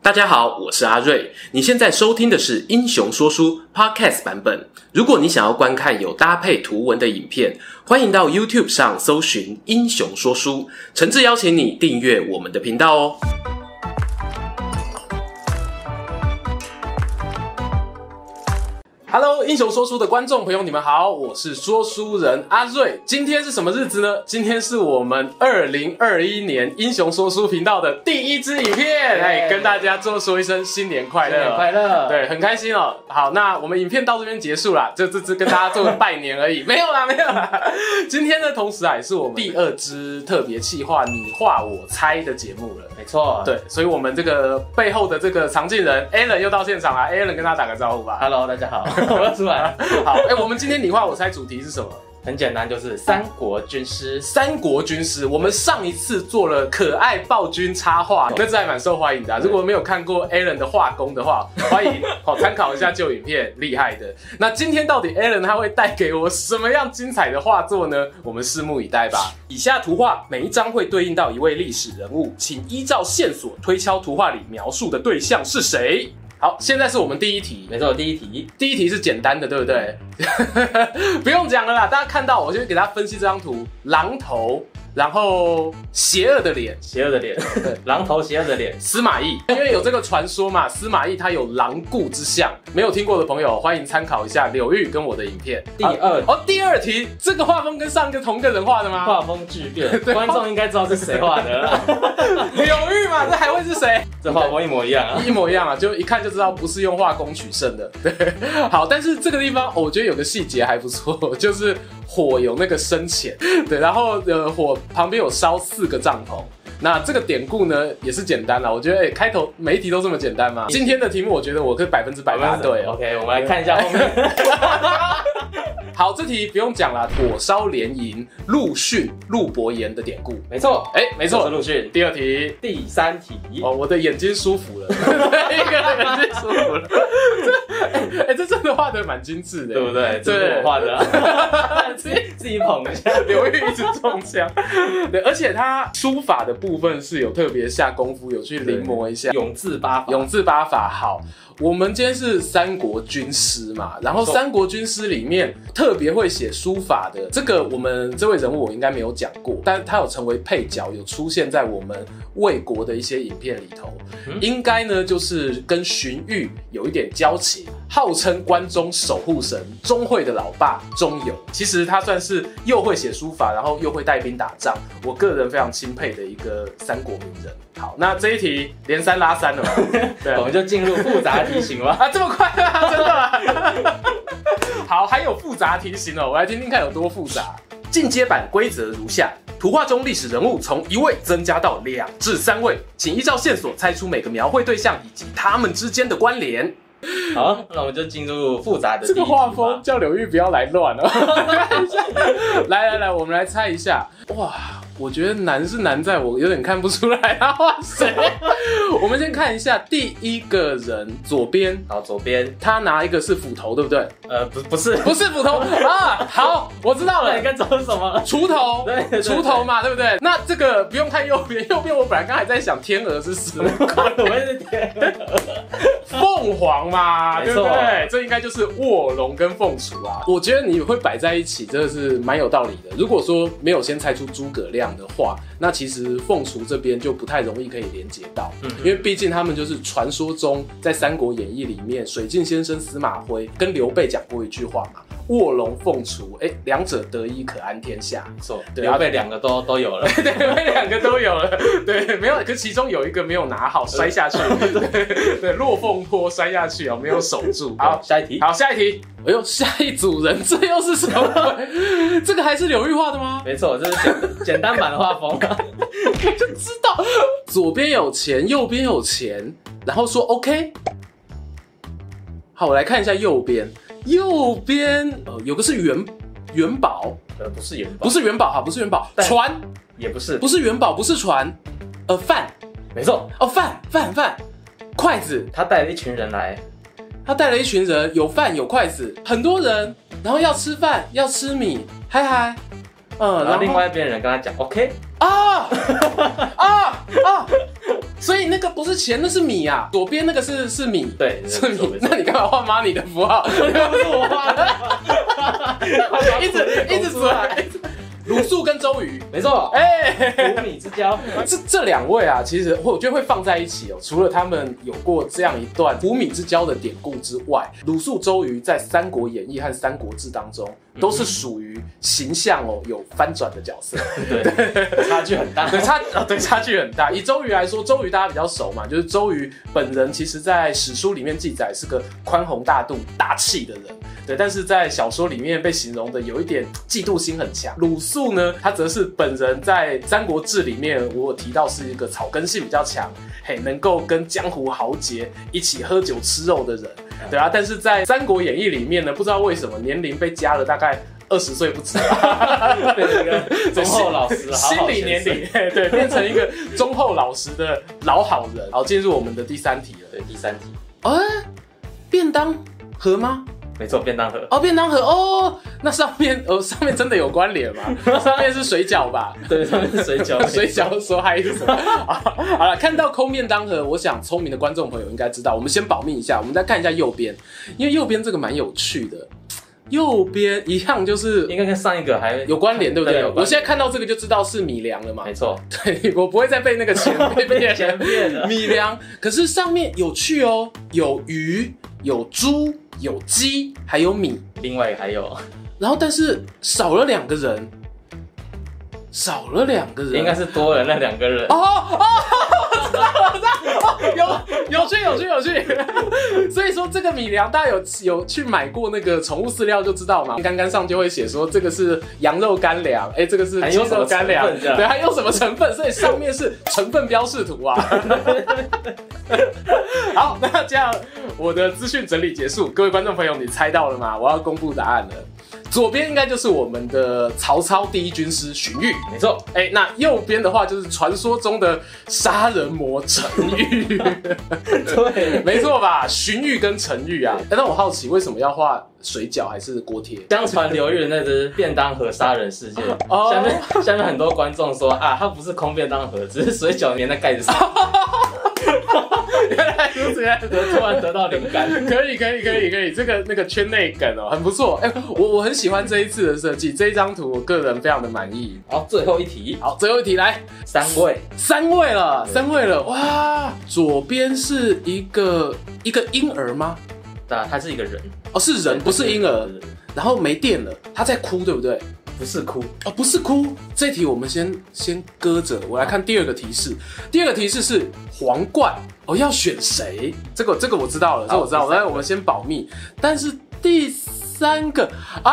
大家好，我是阿瑞。你现在收听的是英雄说书 Podcast 版本。如果你想要观看有搭配图文的影片，欢迎到 YouTube 上搜寻英雄说书，诚挚邀请你订阅我们的频道哦。Hello， 英雄说书的观众朋友，你们好，我是说书人阿瑞。今天是什么日子呢？今天是我们2021年英雄说书频道的第一支影片，跟大家说一声新年快乐， 新年快乐， 对，很开心哦。好，那我们影片到这边结束啦，这支跟大家做个拜年而已，没有啦。今天呢，同时也是我们第2支特别企划你画我猜的节目了。 没错， 对，所以我们这个背后的这个常进人 Alan 又到现场了 ，Alan 跟他打个招呼吧。 Hello， 大家好。我要出来了。 好，我们今天你画我猜主题是什么？ 很简单，就是三国军师。 三国军师，我们上一次做了可爱暴君插画，那支还蛮受欢迎的。如果没有看过 Alan 的画工的话，欢迎参考一下旧影片，厉害的。那今天到底 Alan 他会带给我什么样精彩的画作呢？我们拭目以待吧。以下图画每一张会对应到一位历史人物，请依照线索推敲图画里描述的对象是谁。好，现在是我们第一题。 没错，第一题是简单的，对不对？不用讲了啦，大家看到我就给大家分析这张图，狼头，然后邪恶的脸， 狼头邪恶的脸， 司马懿，因为有这个传说嘛，司马懿他有狼顾之相，没有听过的朋友欢迎参考一下柳玉跟我的影片。第二题，这个画风跟上一个同个人画的吗？ 画风巨变，观众应该知道是谁画的了。 柳玉嘛，这还会是谁？ 这画风一模一样啊， 一模一样啊，就一看就知道不是用画工取胜的。对，好，但是这个地方我觉得有个细节还不错，就是火有那个深浅，对，然后火旁边有烧4个帐篷。那这个典故呢也是简单啦，我觉得开头每一题都这么简单吗？今天的题目我觉得我可以100%答对。 OK， 我们来看一下后面。 好，这题不用讲啦，火烧连营，陆逊、陆伯言的典故。 没错， 没错， 陆逊。 第2题， 第3题。 我的眼睛舒服了，一个眼睛舒服了。这真的画得蛮精致的， 对不对？这是我画的啊，自己捧一下。 刘玉一直中枪。对，而且他书法的部分是有特别下功夫，有去临摹一下永字八法。好，我们今天是三国军师嘛，然后三国军师里面特别会写书法的这个，我们这位人物我应该没有讲过，但他有成为配角，有出现在我们魏国的一些影片里头，应该呢就是跟荀彧有一点交情，号称关中守护神，钟会的老爸钟繇。其实他算是又会写书法，然后又会带兵打仗，我个人非常钦佩的一个三国名人。好，那这一题连3拉3了嘛？对， 我们就进入复杂题型了。 这么快啊，真的啊。好，还有复杂题型哦，我来听听看有多复杂。进阶版规则如下：图画中历史人物从1位增加到2至3位，请依照线索猜出每个描绘对象以及他们之间的关联。 好，那我们就进入复杂的。 这个画风叫柳玉不要来乱哦。来，我们来猜一下。哇，我觉得难是难在我有点看不出来他画谁。我们先看一下第一个人，左边。 好，左边他拿一个是斧头，对不对？ 不是斧头啊。好，我知道了。 你该找什么？ 锄头， 对， 锄头嘛，对不对？那这个不用看右边，右边我本来刚才在想天鹅是什么？ 我也是天鹅。 凤凰嘛，对不对？这应该就是卧龙跟凤雏啊。我觉得你会摆在一起，真的是蛮有道理的。如果说没有先猜出诸葛亮的话，那其实凤雏这边就不太容易可以连接到，因为毕竟他们就是传说中在《三国演义》里面，水镜先生司马徽跟刘备讲过一句话嘛。卧龙凤雏，两者得一可安天下。 没错，刘备2个都有了。 对，刘备2个都有了。对，没有，可其中有一个没有拿好，摔下去。对，落凤坡摔下去没有守住。好， 下一题。 哎呦，下一组人，这又是什么？这个还是柳玉画的吗？ 没错，这是简单版的画风。 我就知道，左边有钱，右边有钱，然后说 OK。好，我来看一下右边。右边有个是元宝， 不是元宝， 不是元宝，船也不是， 不是元宝，不是船，饭， 没错， 饭，筷子， 他带了一群人来， 有饭有筷子，很多人，然后要吃饭，要吃米，嗨，然后另外一边人跟他讲 OK， 所以那个不是钱，那是米啊。左边那个是米， 对， 是米。那你干嘛画 money 的符号？ 不是我画的， 一直出来。鲁肃跟周瑜， 没错， 哎， 五米之交。 这两位啊，其实我觉得会放在一起哦。除了他们有过这样一段五米之交的典故之外，鲁肃、周瑜在《三国演义》和《三国志》当中都是属于形象哦有翻转的角色， 对，差距很大。 对，差距很大。以周瑜来说，周瑜大家比较熟嘛，就是周瑜本人其实在史书里面记载是个宽宏大度、大气的人。对，但是在小说里面被形容的有一点嫉妒心很强。鲁肃呢，他则是本人在《三国志》里面，我有提到是一个草根性比较强，能够跟江湖豪杰一起喝酒吃肉的人，对啊。但是在《三国演义》里面呢，不知道为什么年龄被加了大概20岁不止， 变成一个忠厚老实了， 心理年龄对，变成一个忠厚老实的老好人。好，进入我们的第3题了。 对，第3题。 便当盒吗？ 没错，便当盒。 哦，便当盒哦，那上面真的有关联吗？上面是水饺吧？ 对，上面是水饺。 水饺说还是什么？好了，看到空便当盒，我想聪明的观众朋友应该知道。我们先保密一下，我们再看一下右边，因为右边这个蛮有趣的。右边一样就是应该跟上一个还有关联，对不对？我现在看到这个就知道是米粮了嘛。 没错， 对，我不会再被那个钱被骗了。 米粮，可是上面有趣哦，有鱼、有猪、有鸡，还有米， 另外还有， 然后但是少了2个人，应该是多了那2个人。 有趣。所以说这个米粮，大家有去买过那个宠物饲料就知道嘛，干上就会写说这个是羊肉干粮，这个是鸡肉干粮，对，还有什么成分，所以上面是成分标示图啊。好，那这样我的资讯整理结束，各位观众朋友，你猜到了吗？我要公布答案了。左边应该就是我们的曹操第一军师荀彧， 没错。 那右边的话就是传说中的杀人魔陈玉， 对， 没错吧？荀彧跟陈玉啊。那我好奇，为什么要画水饺还是锅贴？ 相传流域的那只便当盒杀人事件，下面很多观众说啊，它不是空便当盒，只是水饺粘在盖子上。 原来如此， 突然得到灵感， 可以，这个那个圈内梗很不错。我很喜欢这一次的设计，这一张图我个人非常的满意。 好，最后一题， 来 3位了，哇！左边是一个婴儿吗？ 他是一个人， 是人，不是婴儿。然后没电了，他在哭，对不对？ 不是哭不是哭。这题我们先搁着，我来看第2个提示。第2个提示是皇冠要选谁？这个我知道了，我们先保密。但是第3个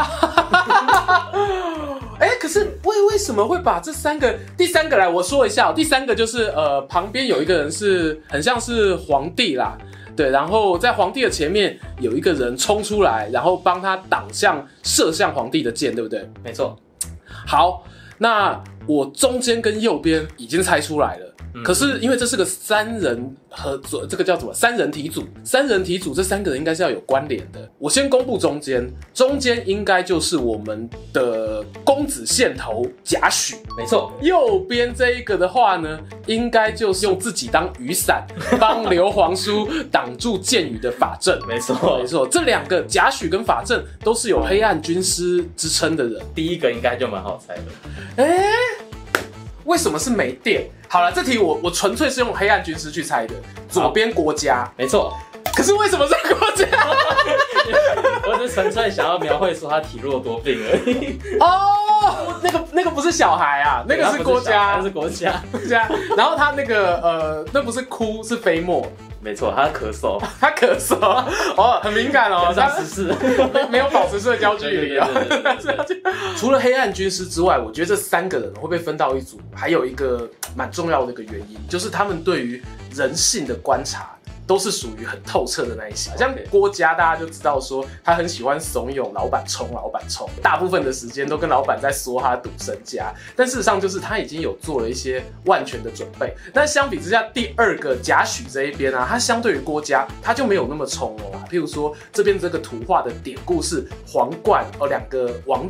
可是为什么会把这第3个来我说一下。第3个就是旁边有一个人是很像是皇帝啦。对，然后在皇帝的前面有一个人冲出来，然后帮他射向皇帝的箭，对不对？ 没错。 好，那我中间跟右边已经猜出来了。可是因为这是个3人合作，这个叫什么？3人题组。3人题组这3个人应该是要有关联的。我先公布中间应该就是我们的公子线头贾诩， 没错。 右边这一个的话呢，应该就是用自己当雨伞，帮刘皇叔挡住箭雨的法正。 没错。这 2个贾诩跟法正都是有黑暗军师之称的人。 第1个应该就蛮好猜的。 为什么是没电？好了，这题我纯粹是用黑暗军师去猜的。左边郭嘉， 没错。 可是为什么是郭嘉？ 我只是纯粹想要描绘说他体弱多病而已。 那个不是小孩啊，那个是郭嘉， 那是郭嘉。 然后他那个那不是哭，是飞沫。 没错，他咳嗽， 很敏感哦， 他14 没有保持社交距离哦。除了黑暗军师之外，我觉得这3个人会被分到一组，还有一个蛮重要的一个原因，就是他们对于人性的观察都是属于很透彻的那一些。像郭嘉，大家就知道说他很喜欢怂恿老板冲，大部分的时间都跟老板在说他赌身家，但事实上就是他已经有做了一些万全的准备。但相比之下，第2个贾诩这一边啊，他相对于郭嘉，他就没有那么冲了啦。譬如说这边这个图画的典故是皇冠2个王子。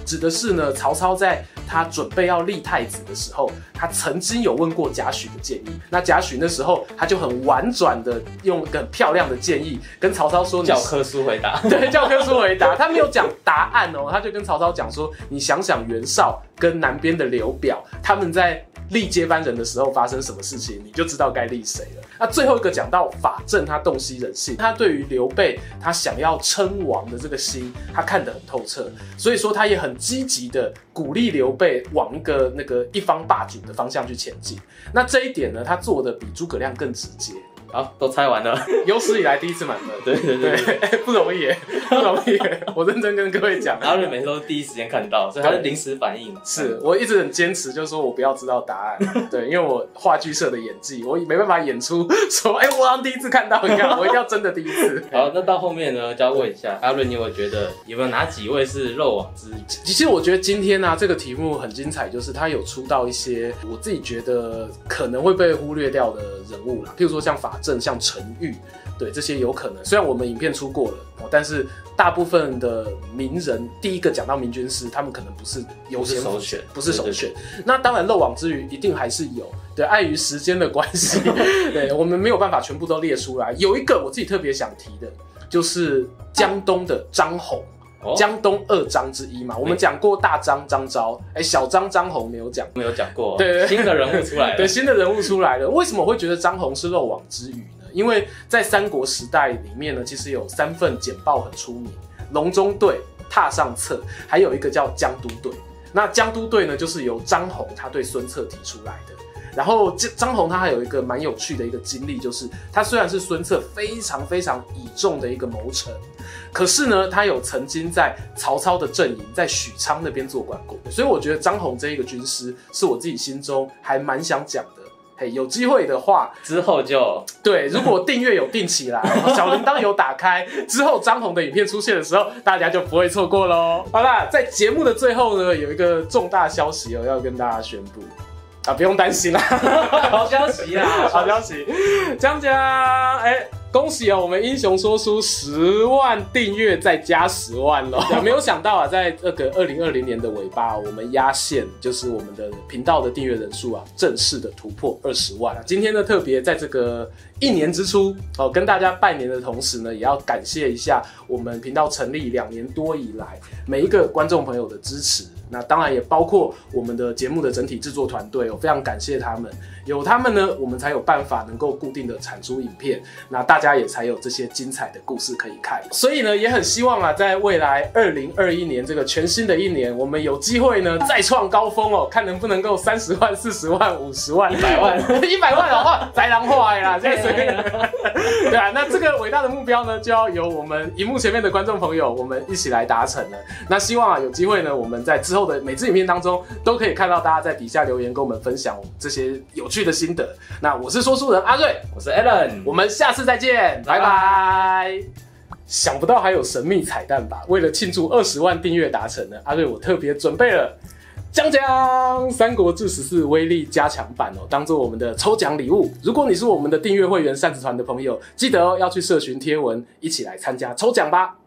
指的是呢，曹操在他准备要立太子的时候，他曾经有问过贾诩的建议。那贾诩那时候他就很婉转的用一个很漂亮的建议跟曹操说：“ 教科书回答。” 对，教科书回答，他没有讲答案哦，他就跟曹操讲说：“你想想袁绍跟南边的刘表，他们在立接班人的时候发生什么事情，你就知道该立谁了。”那最后一个讲到法正，他洞悉人性，他对于刘备他想要称王的这个心，他看得很透彻，所以说他也很积极的鼓励刘备往一个一方霸主的方向去前进。那这一点呢，他做的比诸葛亮更直接。 好，都猜完了， 有史以来第一次满分。 对， 不容易耶，不容易耶。我认真跟各位讲， 阿瑞每次都第一时间看到，所以他是临时反应。 是我一直很坚持，就是说我不要知道答案。对，因为我话剧社的演技，我没办法演出说，我好像第一次看到，你看，我一定要真的第一次。 好，那到后面呢，就要问一下阿瑞，你有没有觉得有没有哪几位是漏网之鱼？ 其实我觉得今天这个题目很精彩，就是他有出到一些我自己觉得可能会被忽略掉的人物啦，譬如说像法正、像陈玉，对，这些有可能。虽然我们影片出过了，但是大部分的名人，第一个讲到明军师，他们可能不是优先首选，不是首选。那当然漏网之鱼一定还是有，对，碍于时间的关系，对，我们没有办法全部都列出来。有一个我自己特别想提的，就是江东的张宏。江东二张之一嘛，我们讲过大张张昭，小张张宏没有讲过，对， 新的人物出来了， 对，新的人物出来了。为什么我会觉得张宏是漏网之鱼呢？因为在三国时代里面呢，其实有3份简报很出名，隆中对、踏上策，还有一个叫江都对。那江都对呢，就是由张宏他对孙策提出来的。然后张宏他还有一个蛮有趣的一个经历，就是他虽然是孙策非常非常倚重的一个谋臣，可是呢，他有曾经在曹操的阵营，在许昌那边做官过，所以我觉得张宏这一个军师是我自己心中还蛮想讲的。嘿，有机会的话， 之后就对，如果订阅有订起来，小铃铛有打开，之后张宏的影片出现的时候，大家就不会错过咯。好啦，在节目的最后呢，有一个重大消息要跟大家宣布。不用担心啦， 好消息啦， 好消息，江江，恭喜我们英雄说书10万订阅再加10万了。没有想到在这个2020年的尾巴，我们压线就是我们的频道的订阅人数正式的突破20万。今天呢，特别在这个1年之初跟大家拜年的同时呢，也要感谢一下我们频道成立2年多以来每一个观众朋友的支持。那当然也包括我们的节目的整体制作团队，我非常感谢他们，有他们呢，我们才有办法能够固定的产出影片，那大家也才有这些精彩的故事可以看。所以呢，也很希望在未来2021年这个全新的一年，我们有机会呢再创高峰看能不能够30万、40万、50万、100万、100万的话，宅狼化啦，现在随便。对啊，那这个伟大的目标呢，就要由我们荧幕前面的观众朋友，我们一起来达成了。那希望有机会呢，我们在之后的每支影片当中，都可以看到大家在底下留言跟我们分享这些有趣的心得。那我是说书人阿瑞， 我是 Alan， 我们下次再见，拜拜。想不到还有神秘彩蛋吧？为了庆祝20万订阅达成呢，阿瑞我特别准备了江江《三国志14》威力加强版当做我们的抽奖礼物。如果你是我们的订阅会员扇子团的朋友，记得要去社群贴文一起来参加抽奖吧。